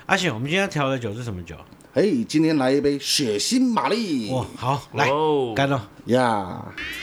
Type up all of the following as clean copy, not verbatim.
阿显，我们今天调的酒是什么酒？ 今天来一杯血腥玛丽。 哇，好，来，干了呀！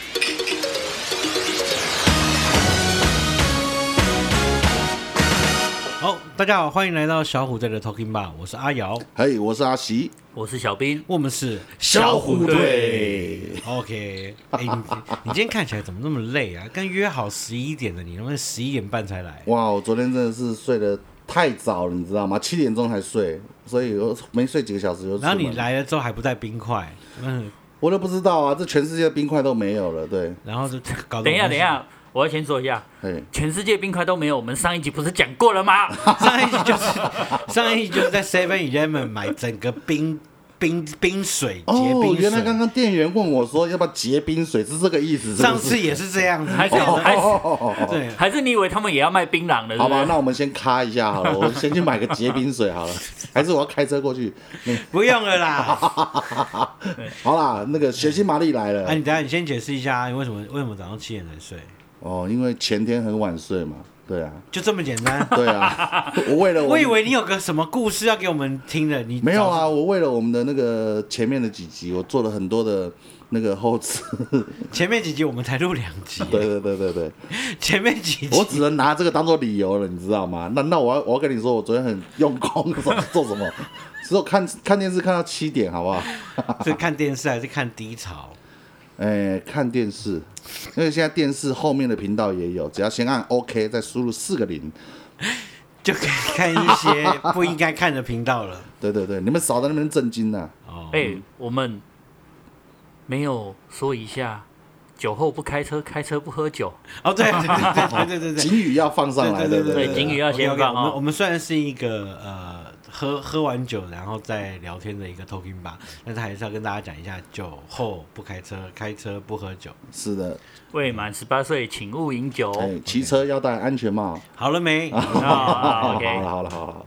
好，大家好，欢迎来到小虎队的 Talking Bar， 我是阿瑶， 我是阿习， 我是小兵， 我们是小虎队。 OK， 你今天看起来怎么那么累啊？刚约好11点的，你能不能11点半才来？ 哇，我昨天真的是睡得太早了，你知道吗？7点钟才睡，所以我没睡几个小时就出门。 然后你来了之后还不带冰块， 我都不知道啊，这全世界的冰块都没有了，对。 然后就搞得等一下，我要先说一下，全世界冰块都没有，我们上一集不是讲过了吗？ 上一集就是在 7-Eleven 买整个冰水结冰水。 原来刚刚店员问我说要不要结冰水，是这个意思是不是？ 上次也是这样子， 对，还是你以为他们也要卖槟榔的？ 好吧，那我们先卡一下好了，我先去买个结冰水好了，还是我要开车过去？ 不用了啦。 好啦，那个血腥玛丽来了。 你等一下你先解释一下，你为什么早上7点才睡？ 因为前天很晚睡嘛。对啊， 就这么简单。 对啊，我以为你有个什么故事要给我们听的，你没有啊？我为了我们的那个前面的几集，我做了很多的那个后置。 前面几集我们才录2集。 对。 前面几集我只能拿这个当做理由了，你知道吗？那我要跟你说，我昨天很用功，做什么？只有看电视看到7点，好不好？ 是看电视还是看低潮？ 看电视，因为现在电视后面的频道也有，只要先按 OK， 再输入4个0， 就可以看一些不应该看的频道了。 对，你们少在那边震惊呐！ 我们没有说一下，酒后不开车，开车不喝酒。 对， 警语要放上来， 对，警语要先放。 我们虽然是一个喝完酒然后再聊天的一个 Talking Bar， 但是还是要跟大家讲一下，酒后不开车，开车不喝酒。 是的， 未满18岁请勿饮酒。 骑车要戴安全帽。 好了没？ 好了。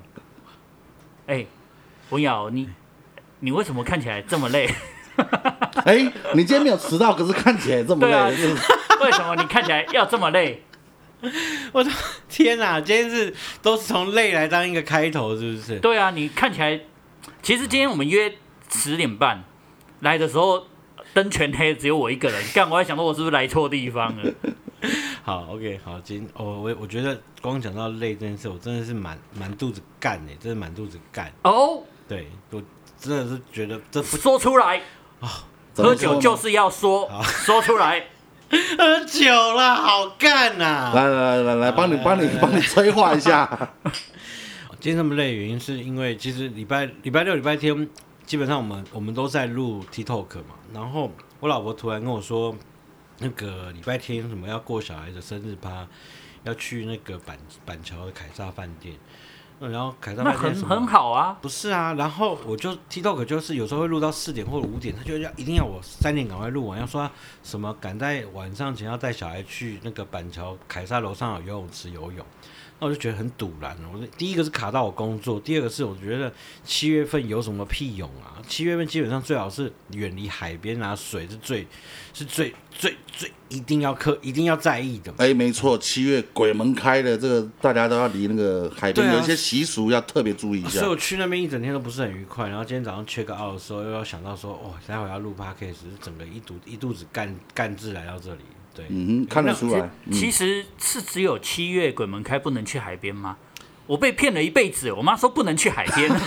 文瑶，你为什么看起来这么累？ 你今天没有迟到，可是看起来这么累。 为什么你看起来要这么累？ 我的天哪！今天都是从累来当一个开头，是不是？ 对啊，你看起来，其实今天我们约10点半来的时候，灯全黑，只有我一个人。我还想说，我是不是来错地方了？ 好 ，OK， 好，今天我觉得光讲到累这件事，我真的是满肚子干真的满肚子干。对，我真的是觉得这不说出来喝酒就是要说出来。 喝酒了，好干呐！ 来，帮你催化一下。 今天这么累的原因是因为其实礼拜六、礼拜天基本上我们都在录 TikTok 嘛，然后我老婆突然跟我说，那个礼拜天什么要过小孩的生日趴，要去那个板桥的凯撒饭店。然后凯撒饭店很好啊， 不是啊？然后我就 TikTok 就是有时候会录到4点或者5点，他就一定要我3点赶快录完，要说什么赶在晚上前要带小孩去那个板桥凯撒楼上有游泳池游泳。那我就觉得很堵然。第一个是卡到我工作，第二个是我觉得7月份有什么屁用啊？7月份基本上最好是远离海边啊，水是最一定要在意的。 没错，7月鬼门开了，这个大家都要离那个海边，有一些习俗要特别注意一下。 所以我去那边一整天都不是很愉快，然后今天早上check out的时候，又要想到说，待会要录 podcast， 整个一肚子干字来到这里。对， 看得出来。 其实是只有7月鬼门开不能去海边吗？我被骗了一辈子，我妈说不能去海边。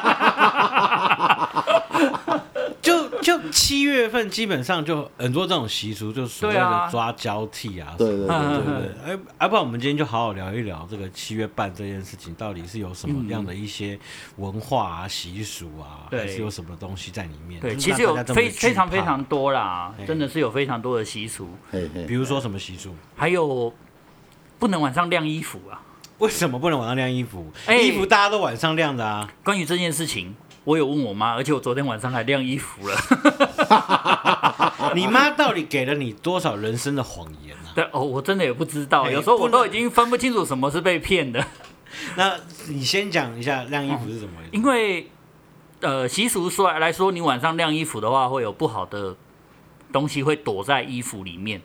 就7月份基本上就很多这种习俗，就所谓的抓交替啊。 对。 不然我们今天就好好聊一聊这个7月半这件事情，到底是有什么样的一些文化啊、习俗啊，还是有什么东西在里面？ 对，其实有非常多啦，真的是有非常多的习俗。 比如说什么习俗？ 还有不能晚上晾衣服啊。 为什么不能晚上晾衣服？衣服大家都晚上晾的啊。 关于这件事情，我有问我妈，而且我昨天晚上还晾衣服了。 你妈到底给了你多少人生的谎言啊？ 对我真的也不知道，有时候我都已经分不清楚什么是被骗的。 那你先讲一下晾衣服是怎么回事？ 因为习俗来说，你晚上晾衣服的话，会有不好的东西会躲在衣服里面。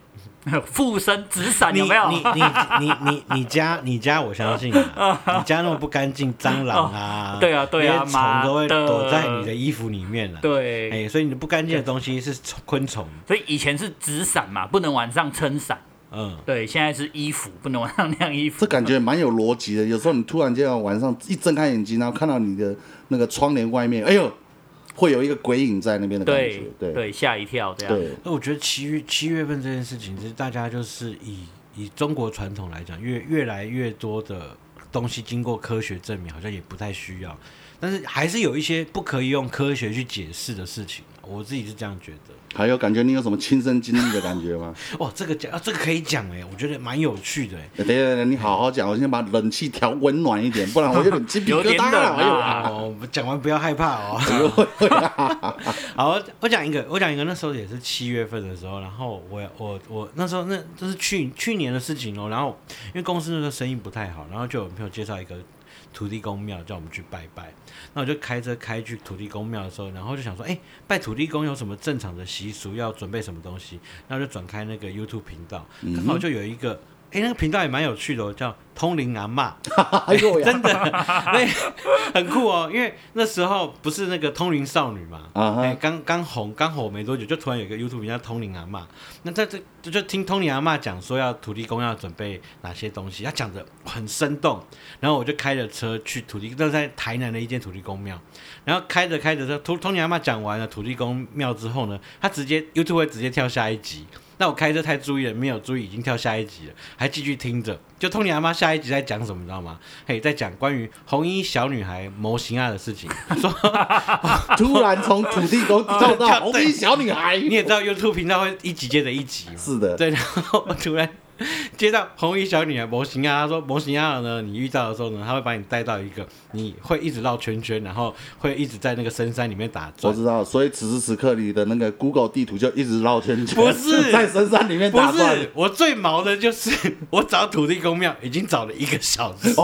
附身纸伞有没有？ 你家我相信啊，你家那么不干净，蟑螂啊， 对啊， 虫都会躲在你的衣服里面了。 对， 所以你不干净的东西是昆虫。 所以以前是纸伞嘛，不能晚上撑伞。对，现在是衣服，不能晚上晾衣服。 这感觉蛮有逻辑的。有时候你突然间晚上一睁开眼睛，然后看到你的那个窗帘外面，哎呦，会有一个鬼影在那边的感觉。 对，吓一跳这样。 对， 那我觉得七月份这件事情，其实大家就是以中国传统来讲，越来越多的东西经过科学证明，好像也不太需要。但是还是有一些不可以用科学去解释的事情，我自己是这样觉得。 还有感觉你有什么亲身经历的感觉吗？ 哇，这个可以讲我觉得蛮有趣的等，你好好讲，我先把冷气调温暖一点，不然我有点鸡皮疙瘩了。 讲完不要害怕哦。好，我讲一个，那时候也是7月份的时候，然后我那时候这是去年的事情哦，然后因为公司那个生意不太好，然后就有朋友介绍一个土地公庙，叫我们去拜拜。那我就开车开去土地公庙的时候，然后就想说，拜土地公有什么正常的习俗，要准备什么东西？然后就转开那个 YouTube 频道，刚好就有一个，那个频道也蛮有趣的哦，叫通灵阿嬷，真的，很酷哦。因为那时候不是那个通灵少女嘛，刚火没多久，就突然有一个 YouTube 频道通灵阿嬷。那在这就听通灵阿嬷讲说要土地公要准备哪些东西，她讲的很生动。然后我就开着车去那在台南的一间土地公庙，然后开着车，通灵阿嬷讲完了土地公庙之后呢，她YouTube 会直接跳下一集。那我开车太注意了，没有注意，已经跳下一集了，还继续听着。就通灵阿妈下一集在讲什么，你知道吗？在讲关于红衣小女孩谋刑案的事情。说突然从土地公跳到红衣小女孩， 你也知道 YouTube 频道会一集接着一集嘛？ 是的， 对。然后我突然接到红衣小女孩模型啊，他说模型啊呢，你遇到的时候呢，他会把你带到一个你会一直绕圈圈，然后会一直在那个深山里面打转。 我知道，所以此时此刻你的那个 Google 地图就一直绕圈圈， 不是在深山里面打转。 不是，我最毛的就是我找土地公庙已经找了1个小时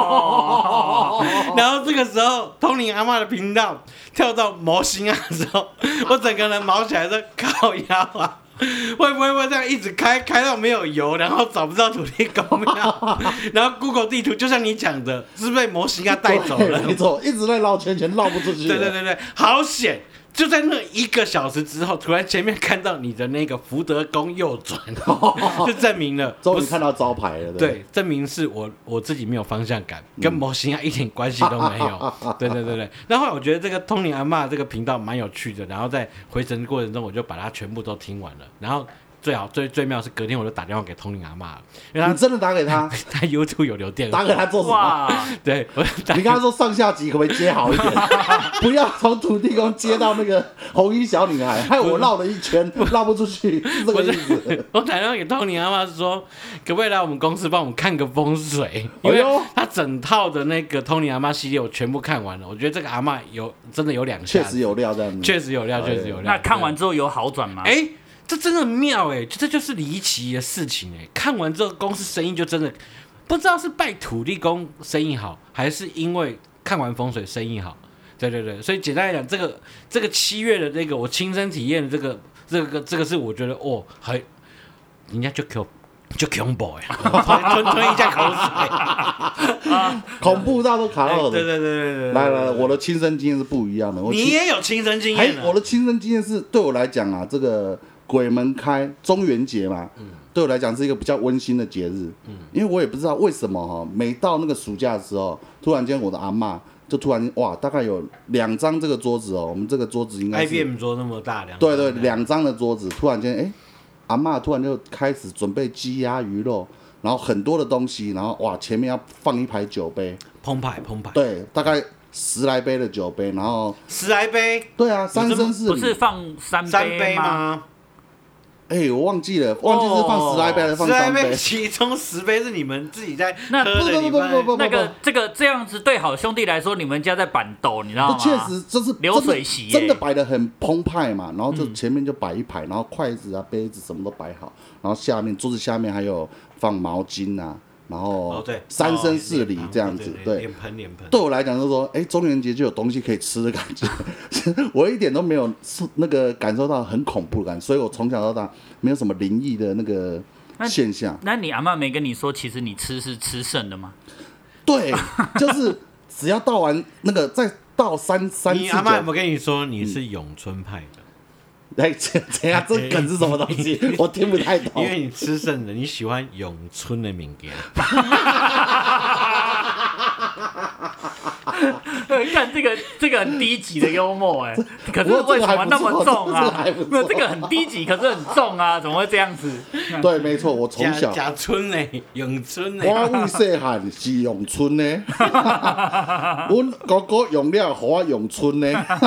然后这个时候通灵阿嬷的频道跳到模型啊的时候，我整个人毛起来说靠腰啊。会不会这样一直开到没有油，然后找不到土地公庙，然后 Google 地图就像你讲的，是被模型带走了？ 没错，一直在绕圈圈，绕不出去。 对，好险！就在那1个小时之后，突然前面看到你的那个福德宫右转，就证明了， 终于看到招牌了。 对，证明是我自己没有方向感，跟模型一点关系都没有。对。然后我觉得这个通灵阿嬷这个频道蛮有趣的，然后在回程过程中，我就把它全部都听完了，然后。最妙是隔天我就打电话给通灵阿嬷，因为你真的打给他， 他 YouTube 有留电话， 打给他做什么？ 对， 你刚才说上下集可不可以接好一点？不要从土地公接到那个红衣小女孩，害我绕了一圈绕不出去，是这个意思。 我打电话给通灵阿嬷说，可不可以来我们公司帮我们看个风水？因为他整套的那个通灵阿嬷系列我全部看完了，我觉得这个阿嬷真的有2下， 确实有料这样子， 确实有料。 那看完之后有好转吗？ 这真的很妙这就是离奇的事情看完之后，公司生意就真的不知道是拜土地公生意好，还是因为看完风水生意好。对，所以简单来讲，这个7月的这个我亲身体验的这个是我觉得人家就恐怖吞一下口水恐怖到都卡到了。 对， 来，我的亲身经验是不一样的。 你也有亲身经验我的亲身经验是对我来讲啊，这个鬼门开中元节嘛，对我来讲是一个比较温馨的节日。因为我也不知道为什么每到那个暑假的时候，突然间我的阿嬷就突然哇，大概有2张这个桌子我们这个桌子应该是 IBM 桌那么大对，2张的桌子，突然间阿嬷突然就开始准备鸡鸭鱼肉，然后很多的东西，然后哇，前面要放一排酒杯， 澎湃， 对，大概10来杯的酒杯，然后 10来杯， 对啊，3升4礼， 不是放3杯吗？ 我忘记了，是放10来杯还是放3杯？ 其中10杯是你们自己在喝的。不，那个这样子对好兄弟来说，你们家在板斗，你知道吗？ 确实就是流水席真的摆得很澎湃嘛。然后就前面就摆一排，然后筷子啊、杯子什么都摆好，然后桌子下面还有放毛巾啊， 然后对， 三生四礼这样子，对。 脸盆。 对我来讲，就是说，中元节就有东西可以吃的感觉，我一点都没有那个感受到很恐怖感，所以我从小到大没有什么灵异的那个现象。 那你阿嬷没跟你说，其实你吃是吃剩的吗？ 对，就是只要到完那个再到三你阿嬷有没有跟你说你是永春派的？ 怎样？这梗是什么东西？我听不太懂。 因为你吃剩的，你喜欢永春的物件。 看这个很低级的幽默可是为什么那么重啊？没有，这个很低级，可是很重啊，怎么会这样子？ 对，没错，我从小假春呢，永春呢， 我为细汉是永春呢，阮哥哥用了，给我永春呢。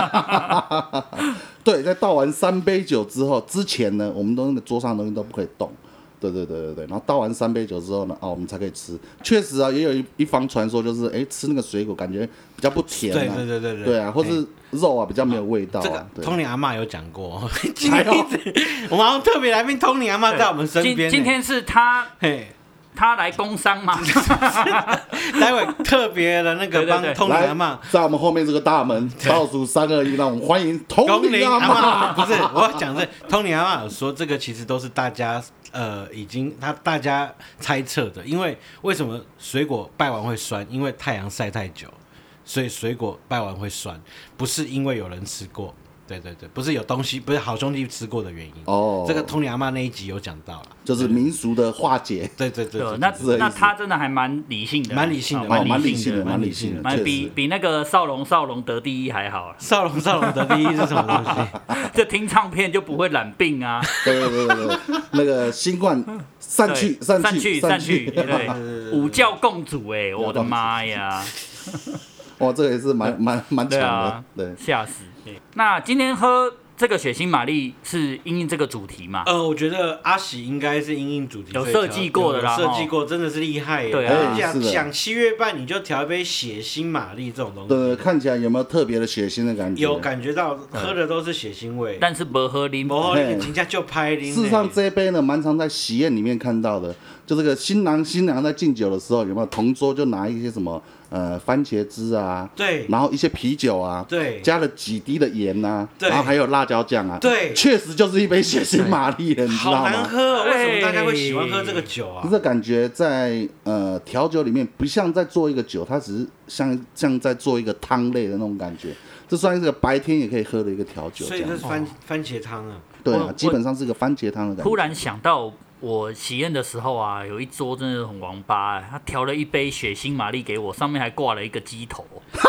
对，在倒完3杯酒之前呢，我们都那个桌上的东西都不可以动。对，然后倒完3杯酒之后呢，我们才可以吃。确实啊，也有一方传说，就是吃那个水果感觉比较不甜啊，对啊，或是肉啊比较没有味道啊。 这个通灵阿嬷有讲过，我们好像特别来宾通灵阿嬷在我们身边。 今天是他来工商吗？ 待会特别的那个帮通灵阿嬷， 在我们后面这个大门倒数3、2、1，让我们欢迎通灵阿嬷。 不是，我要讲是通灵阿嬷有说，这个其实都是大家已经大家猜测的，因为为什么水果拜完会酸？因为太阳晒太久，所以水果拜完会酸，不是因为有人吃过。对，不是有东西，不是好兄弟吃过的原因。这个通灵阿嬷那一集有讲到了， 就是民俗的化解。 对， 那他真的还蛮理性的， 蛮理性的， 比那个少龙得第一还好。 少龙得第一是什么东西？ 这听唱片就不会染病啊。 对，那个新冠散去， 对，五教共主我的妈呀！ 哇，这个也是蛮强的，对， 吓死。那今天喝这个血腥玛丽是因应这个主题嘛？ 我觉得阿喜应该是因应主题有设计过的啦， 设计过真的是厉害耶。 对啊， 想7月半你就调一杯血腥玛丽这种东西， 对，看起来有没有特别的血腥的感觉？ 有感觉到，喝的都是血腥味， 但是不喝啉， 人家就拍啉。 事实上这一杯呢，蛮常在喜宴里面看到的，就这个新郎新娘在敬酒的时候，有没有同桌就拿一些什么？番茄汁啊， 对， 然后一些啤酒啊， 对， 加了几滴的盐啊， 对， 然后还有辣椒酱啊， 对， 确实就是一杯血腥玛丽了，你知道吗？ 好难喝，为什么大家会喜欢喝这个酒啊？ 这感觉在调酒里面不像在做一个酒，它只是像在做一个汤类的那种感觉，这算是个白天也可以喝的一个调酒， 所以这是番茄汤啊， 对啊，基本上是个番茄汤的感觉。 突然想到。我喜宴的时候啊，有一桌真的是很王八他调了一杯血腥玛丽给我，上面还挂了一个鸡头，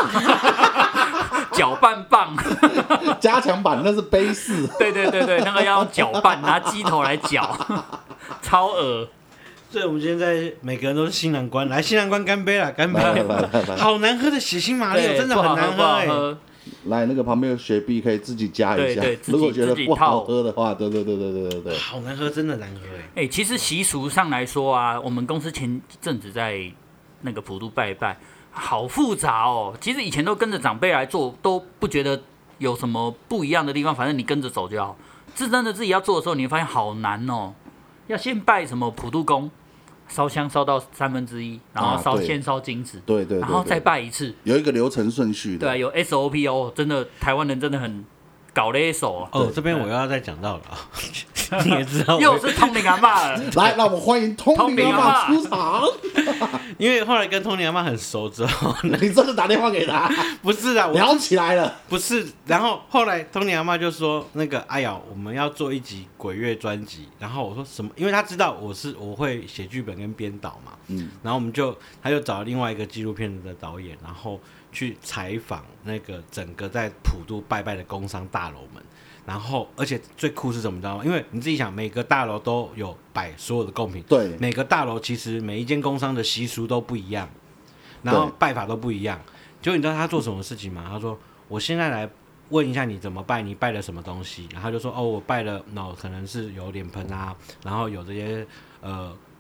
搅拌棒， 加强版那是杯式， 对，那个要用搅拌，拿鸡头来搅，超恶。 所以我们今天在每个人都是新郎官，来新郎官干杯啦，干杯！好难喝的血腥玛丽，真的很难喝来，那个旁边有雪碧，可以自己加一下。 对， 如果觉得不好喝的话，对。 好难喝，真的难喝其实习俗上来说啊，我们公司前阵子在那个普渡拜一拜，好复杂哦。其实以前都跟着长辈来做，都不觉得有什么不一样的地方，反正你跟着走就好。真的自己要做的时候，你会发现好难哦。要先拜什么普渡公。烧香烧到1/3，然后先烧金纸， 对， 然后再拜一次， 有一个流程顺序的， 对，有 SOP 哦，真的台湾人真的很搞了一手这边我又要再讲到了你也知道， 又是通灵阿嬷来，让我们欢迎通灵阿嬷出场。 因为后来跟通灵阿嬷很熟之后， 你真的打电话给他？ 不是啊， 聊起来了。 不是，然后后来通灵阿嬷就说：“那个哎呀，我们要做一集鬼月专辑。”然后我说什么？因为他知道我会写剧本跟编导嘛，然后他就找另外一个纪录片的导演，然后去采访那个整个在普渡拜拜的工商大楼们。然后，而且最酷是什么，你知道吗？因为你自己想，每个大楼都有摆所有的贡品， 对， 每个大楼其实每一间工商的习俗都不一样，然后拜法都不一样。结果你知道他做什么事情吗？他说：“我现在来问一下你怎么拜，你拜了什么东西？”然后他就说：“我拜了，可能是有脸盆啊，然后有这些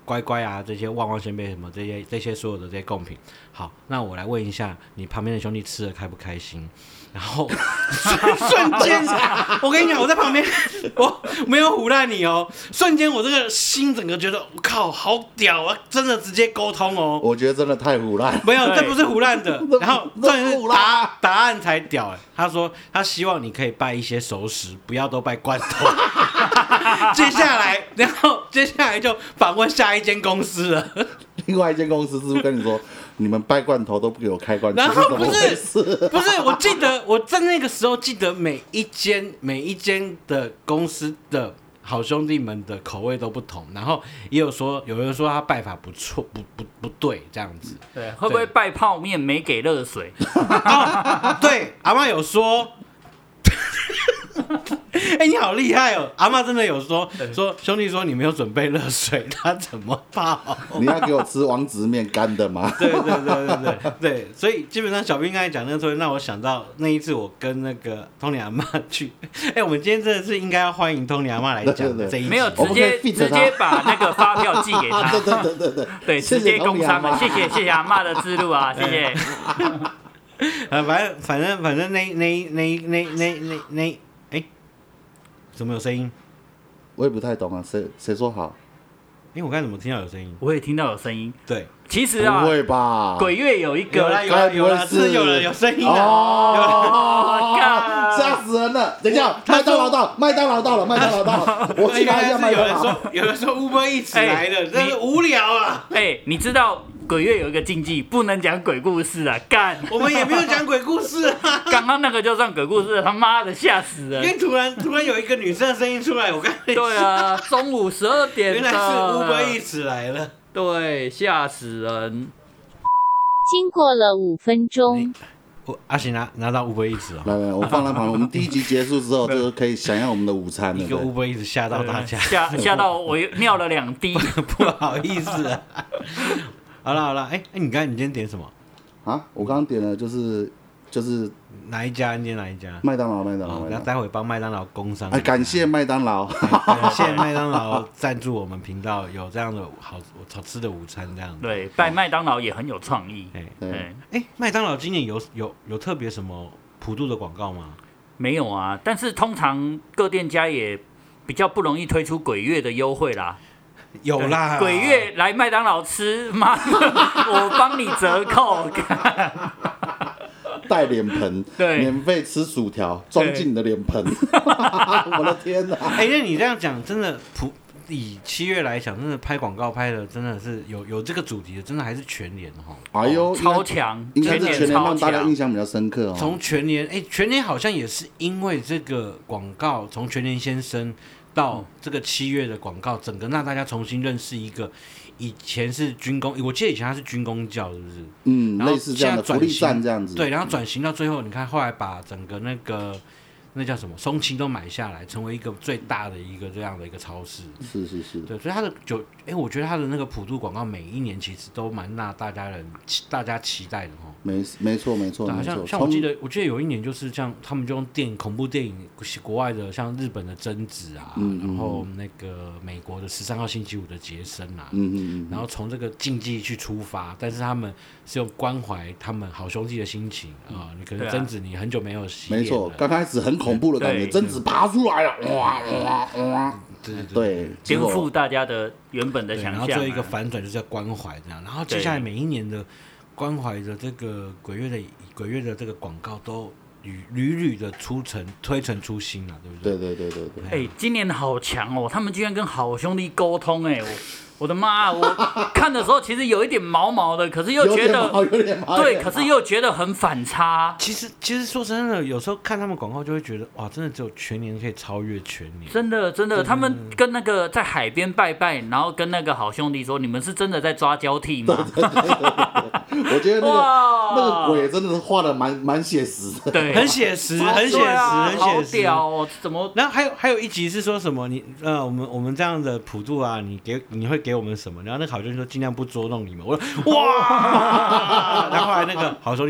乖乖啊，这些旺旺仙贝什么这些所有的这些贡品。好，那我来问一下，你旁边的兄弟吃的开不开心？然后瞬间，我跟你讲，我在旁边，我没有唬烂你哦，瞬间我这个心整个觉得，我靠，好屌啊！真的直接沟通哦。 我觉得真的太唬烂， 没有，这不是唬烂的。然后重点是答案才屌哎，他说他希望你可以拜一些熟食，不要都拜罐头。接下来就访问下一间公司了。 另外一间公司是不是跟你说，你们拜罐头都不给我开罐？ 然后不是，我记得我在那个时候记得每一间的公司的好兄弟们的口味都不同，然后有人说他拜法不错，不对这样子。 对，会不会拜泡面没给热水？ 对，阿嬷有说。哎、你好厉害哦！阿嬷真的有说兄弟说你没有准备热水，他怎么泡？ 你要给我吃王子面干的吗？ 对，所以基本上小兵刚才讲那个，让我想到那一次我跟那个通灵阿嬷去。我们今天真的是应该要欢迎通灵阿嬷来讲这一集， 没有直接把那个发票寄给他。对，直接工商了，谢谢阿嬷的之路啊，谢谢。 反正那怎么有声音？ 我也不太懂啊，谁说好？ 我刚才怎么听到有声音？ 我也听到有声音。 对， 其实啊， 不会吧？ 鬼月有一个， 有了有声音了。 哦， 吓死人了！等一下，麦当劳到了，我去拿一下麦当劳。 有人说 Uber Eats 来了，真是无聊啊！ 你知道鬼月有一个禁忌，不能讲鬼故事啊！干， 我们也没有讲鬼故事啊。 刚刚那个就算鬼故事，他妈的吓死人！ 因为突然有一个女生的声音出来，我刚才对啊，中午12点， 原来是 Uber Eats 来了， 对，吓死人。 经过了5分钟。 阿行拿到 Uber Eats 了， 来，我放在旁边。我们第一集结束之后，就可以享用我们的午餐了。 一个 Uber Eats 吓到大家， 吓到我尿了2滴， 不好意思啊。好了，你今天点什么啊？我刚刚点的就是哪一家？你点哪一家？ 麦当劳。 那待会帮麦当劳工商。 感谢麦当劳， 感谢麦当劳赞助我们频道有这样的好吃的午餐，这样。 对，拜麦当劳也很有创意。 麦当劳今年有特别什么普渡的广告吗？ 没有啊，但是通常各店家也比较不容易推出鬼月的优惠啦。 有啦， 鬼月来麦当劳吃，妈，我帮你折扣。 带脸盆， 对， 免费吃薯条，装进你的脸盆。我的天哪！ 那你这样讲，真的以7月来讲，真的拍广告拍的真的是有这个主题的，真的还是全联哈。 哎呦， 超强， 应该是全联让大家印象比较深刻哦。 从全联，全联好像也是因为这个广告，从全联先生到这个7月的广告，整个让大家重新认识一个以前是军工，我记得以前他是军工教，是不是？ 类似这样的福利站这样子。 对，然后转型到最后，你看后来把整个那叫什么松青都买下来，成为一个最大的一个这样的一个超市。 是。 对，所以他的我觉得他的那个普渡广告每一年其实都蛮让大家期待的哦。 没错。 好像我记得有一年就是像他们就用恐怖电影，国外的像日本的贞子啊，然后那个美国的13号星期五的杰森啊，然后从这个禁忌去出发，但是他们是用关怀他们好兄弟的心情啊。你可能贞子你很久没有洗脸了， 没错，刚开始很恐怖的感觉，贞子爬出来了，哇，对， 颠覆大家的原本的想象。 然后最后一个反转就是要关怀这样，然后接下来每一年的关怀的这个鬼月的这个广告都屡的推陈出新了，对不对？ 对。 今年好强哦，他们居然跟好兄弟沟通，我的妈！我看的时候其实有一点毛的，可是又觉得有点毛， 对，可是又觉得很反差。 其实说真的，有时候看他们广告就会觉得，哇，真的只有全年可以超越全年。 真的，他们跟那个在海边拜拜，然后跟那个好兄弟说，你们是真的在抓交替吗？ 我觉得那个鬼真的是画的蛮写实的， 对，很写实，很写实， 好屌哦！怎么？ 然后还有一集是说什么？我们这样的普渡啊，你会给我们什么？然后那个好兄弟说尽量不捉弄你们。我说哇，然后后来那个好兄弟说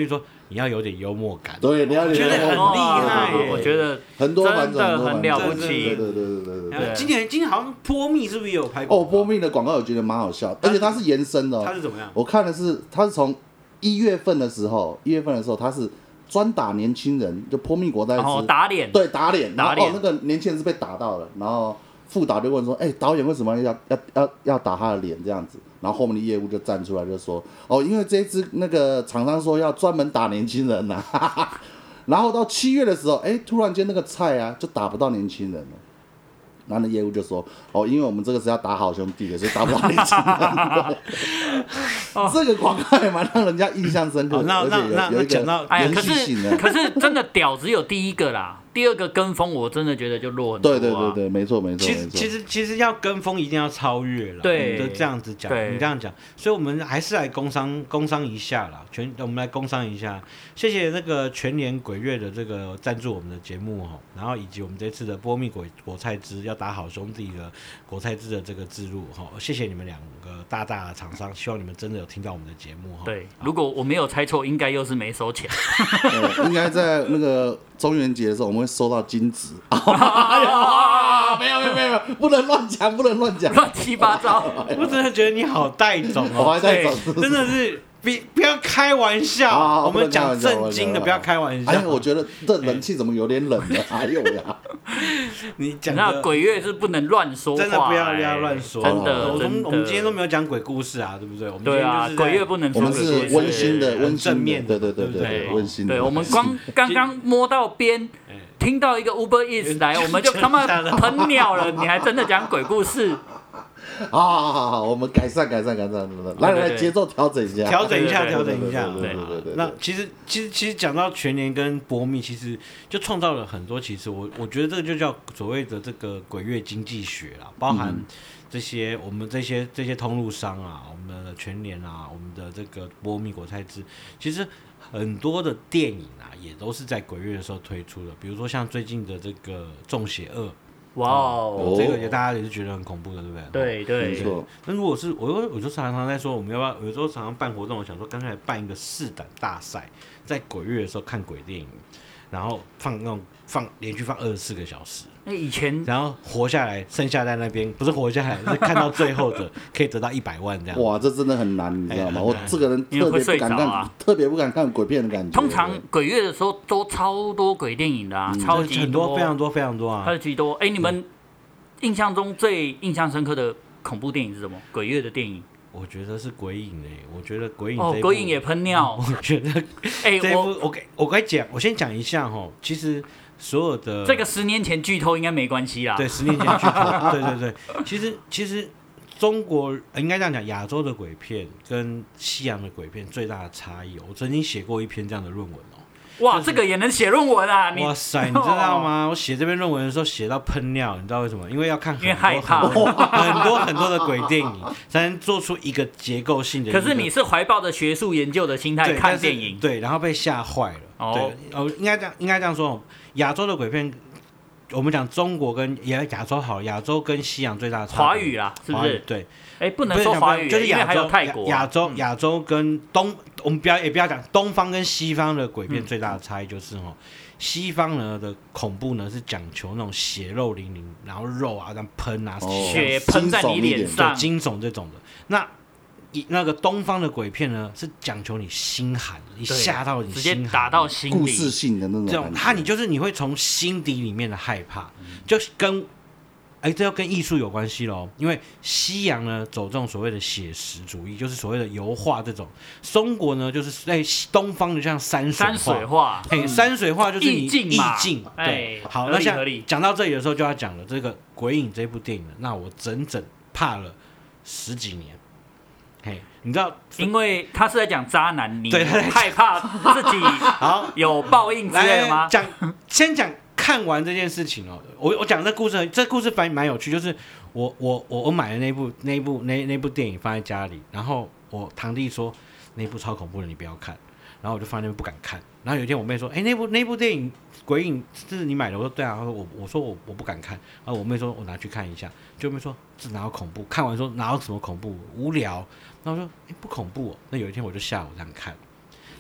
你要有点幽默感。 对，你要觉得很厉害耶我觉得很多反真的很了不起。 对。 今年好像波蜜是不是也有拍过？ 波蜜的广告我觉得蛮好笑，而且它是延伸的。 它是怎么样？ 我看的是，它是从1月份的时候，它是专打年轻人，就波蜜果菜汁打脸， 对，打脸，然后那个年轻人是被打到了，然后副导就问说，导演为什么要打他的脸这样子？然后后面的业务就站出来就说，因为这一支那个厂商说要专门打年轻人呐，然后到7月的时候，突然间那个菜啊就打不到年轻人了。然后那业务就说：“因为我们这个是要打好兄弟的，所以打不到年轻人。”这个广告也蛮让人家印象深刻的， 那讲到延续性的。 可是真的屌只有第一个啦，第二个跟风我真的觉得就弱很多。 对，没错。 其实要跟风一定要超越了， 对， 就这样子讲，你这样讲，所以我们还是来工商一下啦，我们来工商一下，谢谢那个全联鬼月的这个赞助我们的节目哈，然后以及我们这次的波蜜果菜汁要打好兄弟的果菜汁的这个置入哈，谢谢你们2个大的厂商，希望你们真的有听到我们的节目哈。 对，如果我没有猜错，应该又是没收钱， 应该在那个中元节的时候我们会收到金子。没有，不能乱讲，乱七八糟。 我真的觉得你好带种哦， 我还带种， 真的是。不要开玩笑，我们讲正经的，不要开玩笑。 我觉得这冷气怎么有点冷呢？哎呦呀！ 你讲那鬼月是不能乱说话， 真的不要乱说。 真的， 我们今天都没有讲鬼故事啊，对不对？我们对啊，鬼月不能说鬼故事，我们是温馨的、 正面的， 对，温馨的。 对，我们刚刚摸到边。听到一个 Uber Eats 来，我们就他妈喷尿了，你还真的讲鬼故事？ 好，我们改善，来，节奏调整一下。 对。那其实讲到全联跟波蜜，其实就创造了很多。其实我觉得这个就叫所谓的这个鬼月经济学啦，包含我们这些通路商啊，我们的全联啊，我们的这个波蜜果菜汁，其实很多的电影啊，也都是在鬼月的时候推出的。比如说像最近的这个《中邪2》。 哇哦， 这个大家也是觉得很恐怖的，对不对？对， 没错。 那如果是我就常常在说，我们要不要有时候常常办活动，我想说干脆办一个试胆大赛，在鬼月的时候看鬼电影，然后连续放24个小时。 以前， 然后活下来，剩下在那边不是活下来，是看到最后的可以得到100万这样。 哇，这真的很难，你知道吗？我这个人特别不敢看鬼片的感觉。 通常鬼月的时候都超多鬼电影的啊，超级很多，非常多啊， 超级多。你们印象中最印象深刻的恐怖电影是什么？鬼月的电影？ 我觉得是鬼影我觉得鬼影鬼影也喷尿。 我觉得这一部我先讲一下其实。所有的这个10年前剧透应该没关系啦。 对，10年前剧透，对。其实中国应该这样讲，亚洲的鬼片跟西洋的鬼片最大的差异，我曾经写过一篇这样的论文哇，这个也能写论文啊！ 哇塞，你知道吗？我写这篇论文的时候写到喷尿，你知道为什么？因为要看很多的鬼电影，才能做出一个结构性的。 可是你是怀抱着学术研究的心态看电影， 对，然后被吓坏了。对，应该这样说。亚洲的鬼片，我们讲中国跟亚洲好，亚洲跟西洋最大的差别华语啦，是不是？ 对， 不能说华语， 就是因为还有泰国。 亚洲跟我们不要讲东方跟西方的鬼片最大的差异就是西方呢的恐怖呢是讲求那种血肉淋淋，然后肉啊这样喷啊， 血喷在你脸上， 惊悚这种的。那个东方的鬼片呢，是讲求你心寒，你吓到你心寒， 直接打到心里， 故事性的那种。 这种你会从心底里面的害怕，就是跟这要跟艺术有关系咯。因为西洋呢走这种所谓的写实主义，就是所谓的油画这种；中国呢就是在东方就像山水画，山水画就是你意境。对，好，那像讲到这里的时候就要讲了这个《鬼影》这部电影了。那我整怕了10几年。你知道， 因为他是在讲渣男，你害怕自己有报应之类的吗？ 先讲看完这件事情我讲这故事蛮有趣，就是我买了那部电影放在家里，然后我堂弟说那部超恐怖的，你不要看，然后我就放在那边不敢看。然后有一天我妹说，那部电影鬼影这是你买的？我说对啊。我说我不敢看。然后我妹说我拿去看一下，就妹说这哪有恐怖？看完说哪有什么恐怖？无聊。然后我说不恐怖那有一天我就下午这样看，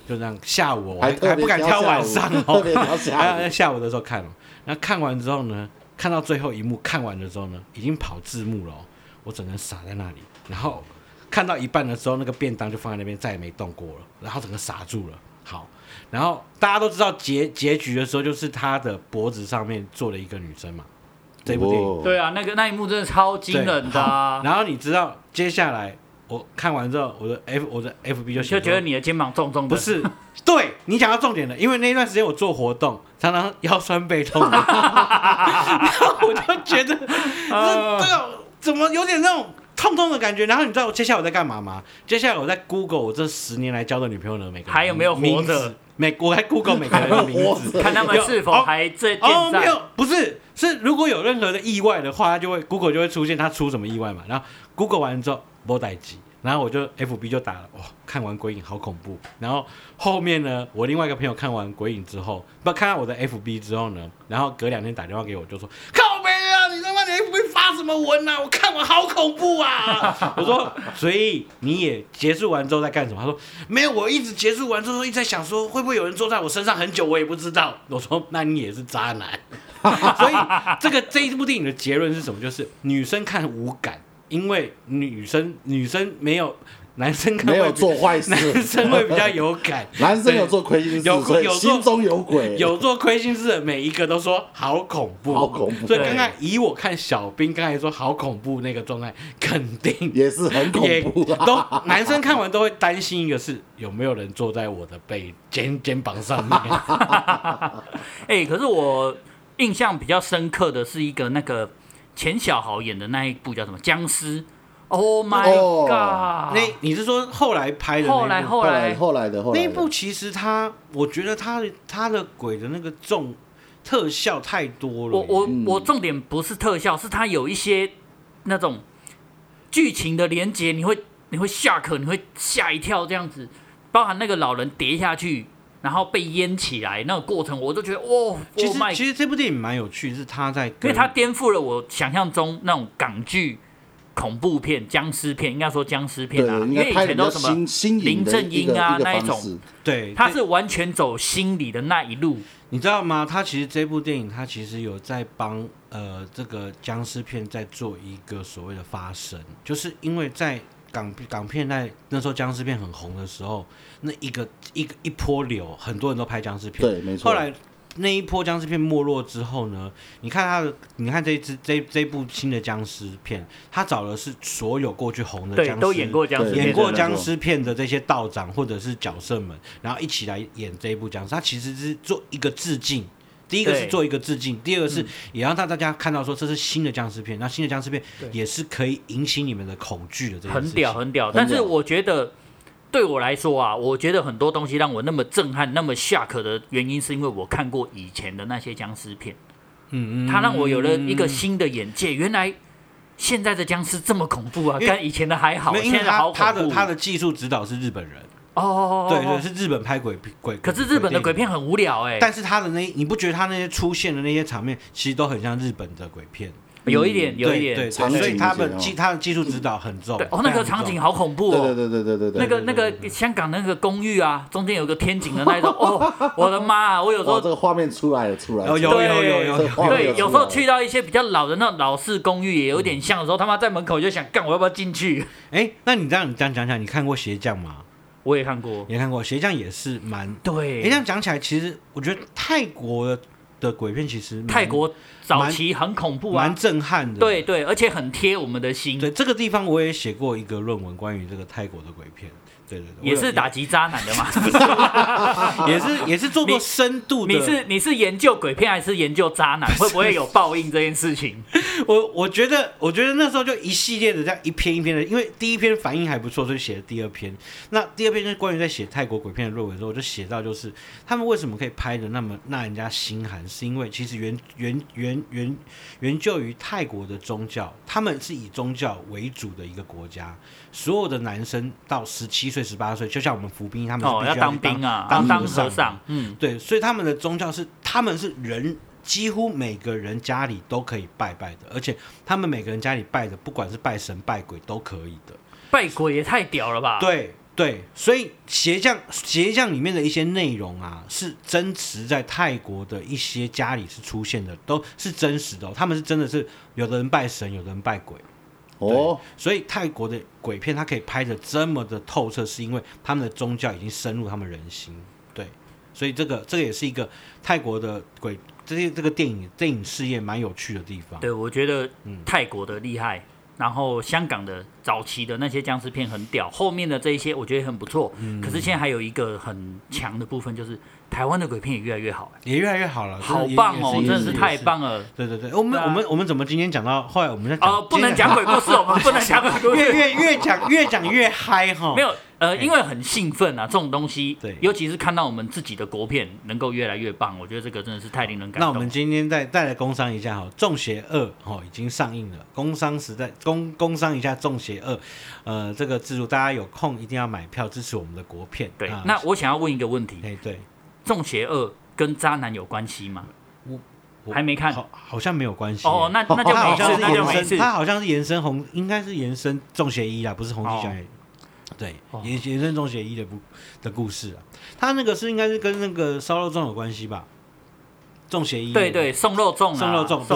就这样下午还不敢挑晚上特别挑下午， 在下午的时候看哦。然后看完之后呢，看到最后一幕，看完的时候呢，已经跑字幕了哦，我整个人傻在那里。然后看到一半的时候，那个便当就放在那边，再也没动过了，然后整个傻住了。好，然后大家都知道结局的时候，就是他的脖子上面坐了一个女生嘛。这部电影， 对啊，那一幕真的超惊人的啊。 然后你知道接下来我看完之后，我的 FB 就觉得你的肩膀重重的。 不是，对你讲到重点了，因为那段时间我做活动，常常腰酸背痛，然后我就觉得这个怎么有点那种痛痛的感觉。然后你知道接下来我在干嘛吗？接下来我在 Google 我这10年来交的女朋友的每个人还有没有活着？ 我在 Google 每个人的名字， 看他们是否还健在。 没有，不是，是如果有任何的意外的话，Google 就会出现他出什么意外嘛。然后 Google 完之后没代誌，然后我就 FB 就打了，哇，看完鬼影好恐怖。然后后面呢，我另外一个朋友看完鬼影之后，看到我的 FB 之后呢，然后隔2天打电话给我，就说靠北啊，你他妈的 FB 发什么文啊？我看完好恐怖啊！我说，所以你也结束完之后在干什么？他说没有，我一直结束完之后一直在想说，会不会有人坐在我身上很久，我也不知道。我说那你也是渣男。所以这一部电影的结论是什么？就是女生看无感。因为女生没有，男生看没有做坏事， 男生会比较有感。 男生有做亏心事，所以心中有鬼。 有做亏心事的每一个都说好恐怖， 好恐怖。 所以刚才以我看小兵刚才说好恐怖那个状态，肯定也是很恐怖都男生看完都会担心一个是有没有人坐在我的肩膀上面。 可是我印象比较深刻的是一个那个。钱小豪演的那一部叫什么？僵尸 ？Oh my god！ 你是说后来拍的那一部？ 后来的那一部其实我觉得他的鬼的那个特效太多了。 我重点不是特效，是它有一些那种剧情的连结，你会shock，你会吓一跳这样子，包含那个老人跌下去。然后被淹起来那个过程，我都觉得哇！ 其实这部电影蛮有趣，是他在，因为它颠覆了我想象中那种港剧恐怖片、僵尸片，应该说僵尸片啊，因为以前都什么林正英啊那一种， 对， 他是完全走心理的那一路， 你知道吗？他其实这部电影，他其实有在帮这个僵尸片在做一个所谓的发声，就是因为在港片在那时候僵尸片很红的时候，那一波流，很多人都拍僵尸片。 对，没错。 后来那一波僵尸片没落之后呢，你看这部新的僵尸片，他找的是所有过去红的僵尸， 都演过僵尸片的这些道长或者是角色们，然后一起来演这一部僵尸。他其实是做一个致敬。第一个是做一个致敬，第二个是也让大家看到说这是新的僵尸片，那新的僵尸片也是可以引起你们的恐惧的这件事情。 很屌。但是我觉得对我来说啊，我觉得很多东西让我那么震撼、那么shock的原因，是因为我看过以前的那些僵尸片，它让我有了一个新的眼界，原来现在的僵尸这么恐怖啊，跟以前的还好，现在好恐怖。 他的技术指导是日本人。 对， 是日本拍鬼， 可是日本的鬼片很无聊但是他的你不觉得他那些出现的那些场面，其实都很像日本的鬼片？ 有一点， 对，所以他的技术指导很重。 对，那个场景好恐怖哦。对。 那个香港那个公寓啊，中间有个天井的那种，我的妈啊！我有时候这个画面出来了。 有。 对，有时候去到一些比较老的那种老式公寓，也有点像的时候，他妈在门口就想干，我要不要进去？ 那你这样讲讲，你看过鞋匠吗？ 我也看过， 鞋匠也是蛮对。 这样讲起来，其实我觉得泰国的鬼片其实泰国早期很恐怖蛮震撼的， 对，而且很贴我们的心。 对，这个地方我也写过一个论文，关于这个泰国的鬼片。对， 也是打击渣男的嘛， 也是做过深度的。 你是研究鬼片还是研究渣男？会不会有报应这件事情？ 我觉得那时候就一系列的这样一篇一篇的，因为第一篇反应还不错，所以写了第二篇。那第二篇就是关于在写泰国鬼片的论文的时候，我就写到就是他们为什么可以拍的那么让人家心寒，是因为其实源就于泰国的宗教，他们是以宗教为主的一个国家，所有的男生到17岁、18岁，就像我们服兵役，他们是必须要当兵啊，当和尚。 对，所以他们的宗教是他们是人。几乎每个人家里都可以拜的，而且他们每个人家里拜的，不管是拜神拜鬼都可以的。 拜鬼也太屌了吧？ 对， 对，所以鞋匠里面的一些内容啊，是真实在泰国的一些家里是出现的，都是真实的、他们是真的是有的人拜神，有的人拜鬼。 哦， 所以泰国的鬼片它可以拍得这么的透彻，是因为他们的宗教已经深入他们人心。对，所以这个也是一个泰国的鬼这个电影事业蛮有趣的地方。 对，我觉得泰国的厉害，然后香港的早期的那些僵尸片很屌，后面的这一些我觉得很不错。可是现在还有一个很强的部分，就是台湾的鬼片也越来越好， 也越来越好了， 好棒哦，真的是太棒了。 对对对，我们怎么今天讲到后来我们在讲不能讲鬼故事，我们不能讲鬼故事， 越讲越嗨哈。 没有因为很兴奋啊，这种东西， 对， 尤其是看到我们自己的国片能够越来越棒，我觉得这个真的是太令人感动。 那我们今天再来工商一下哈，《中邪2》已经上映了，工商一下《中邪2》，这个制度大家有空一定要买票支持我们的国片。 对，那我想要问一个问题， 对，《 中邪2》跟渣男有关系吗？我还没看， 好像没有关系。 哦，那就没事， 它好像是延伸应该是延伸《中邪1》啦，不是《红衣小女》。对，延伸中邪1的故事啊，他那个应该是跟那个烧肉粽有关系吧？中邪1， 对，送肉粽， 烧肉粽，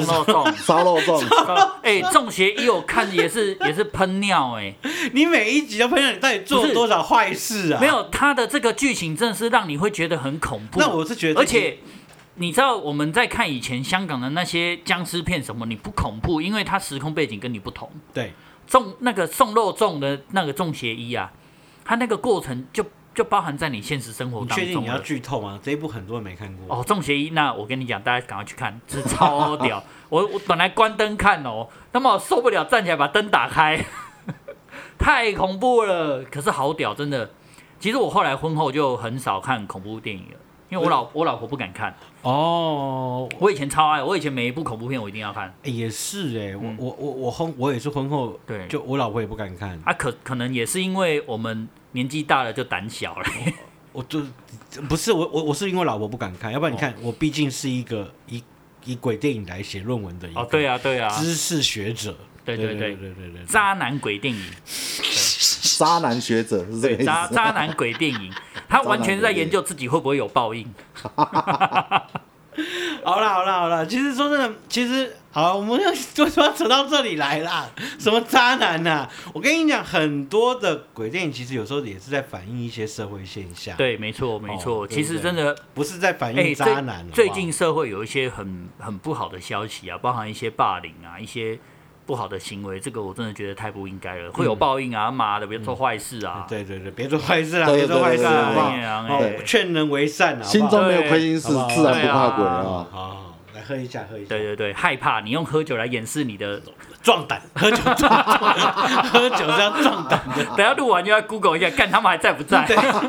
中邪1我看也是喷尿你每一集都喷尿，你到底做了多少坏事啊？ 没有，他的这个剧情真的是让你会觉得很恐怖。 那我是觉得， 而且你知道我们在看以前香港的那些僵尸片什么，你不恐怖，因为它时空背景跟你不同。 对。 那个送肉粽的那个中邪1啊，它那个过程就包含在你现实生活当中。 你确定你要剧透吗？这一部很多人没看过。 中邪1，那我跟你讲，大家赶快去看，这超屌。我本来关灯看那么我受不了，站起来把灯打开，太恐怖了。可是好屌，真的。其实我后来婚后就很少看恐怖电影了。因为我老婆不敢看我以前超爱，我以前每一部恐怖片我一定要看。 也是我也是婚后， 对， 就我老婆也不敢看可能也是因为我们年纪大了就胆小了。 我就不是我是因为老婆不敢看，要不然你看我毕竟是一个以鬼电影来写论文的一个对啊知识学者， 对，渣男鬼电影。 渣男学者是这个意思。 渣男鬼电影，他完全在研究自己会不会有报应。 好啦，其实说真的，好，我们为什么要扯到这里来啦？什么渣男啊？我跟你讲，很多的鬼电影其实有时候也是在反映一些社会现象。 对，没错。其实真的不是在反映渣男。 最近社会有一些很不好的消息啊，包含一些霸凌啊，一些不好的行为，这个我真的觉得太不应该了，会有报应啊！妈的，别做坏事啊！ 对，别做坏事啊！别做坏事啊！劝人为善啊！ 心中没有亏心事，自然不怕鬼啊！ 好，来喝一下。 对，害怕你用喝酒来掩饰你的壮胆，喝酒是要壮胆的。 等下录完就要 Google 一下，看他们还在不在。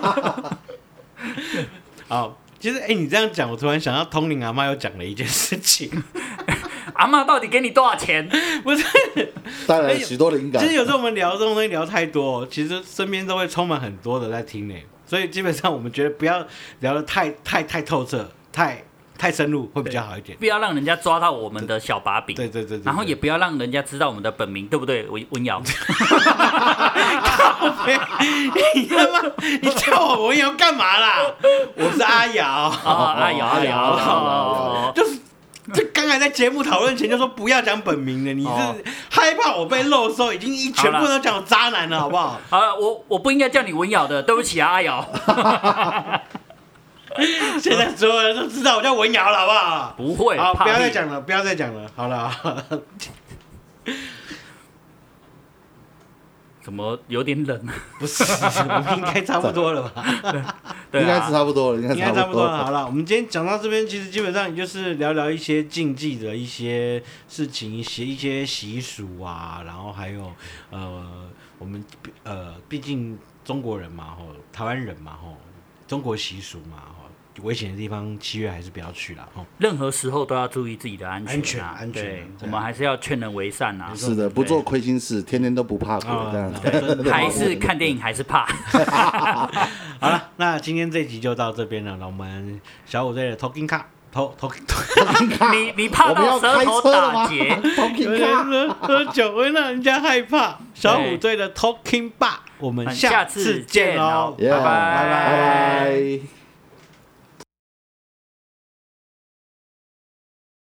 好，其实你这样讲，我突然想到通灵阿嬷又讲了一件事情。 阿嬷到底给你多少钱？ 不是， 带来许多灵感。 其实有时候我们聊这种东西聊太多，其实身边都会充满很多的在听呢，所以基本上我们觉得不要聊得太透彻，太深入会比较好一点。 不要让人家抓到我们的小把柄。 对， 然后也不要让人家知道我们的本名，对不对？文瑶。 你他妈，你叫我文瑶干嘛啦？我是阿瑶。 阿瑶， 就是。这刚才在节目讨论前就说不要讲本名的，你是害怕我被漏收，已经全部都讲我渣男了，好不好？ 好了，我不应该叫你文瑶的，对不起啊，阿瑶。 现在所有人都知道我叫文瑶了，好不好？ 不会， 好，不要再讲了，好了。 怎么有点冷？ 不是，我们应该差不多了吧？ 对，应该是差不多了，应该差不多了。 好了，我们今天讲到这边，其实基本上也就是聊一些禁忌的一些事情，一些习俗啊，然后还有我们毕竟中国人嘛，台湾人嘛，中国习俗嘛，危险的地方7月还是不要去啦。 任何时候都要注意自己的安全。对，我们还是要劝人为善啊。 是的，不做亏心事，天天都不怕鬼这样子。 还是看电影还是怕。 好了，那今天这集就到这边了。那我们小虎队的 Talking Car。 你怕到舌头打结？ 喝酒会让人家害怕。小虎队的 Talking Bar 我们下次见哦， 拜拜拜拜。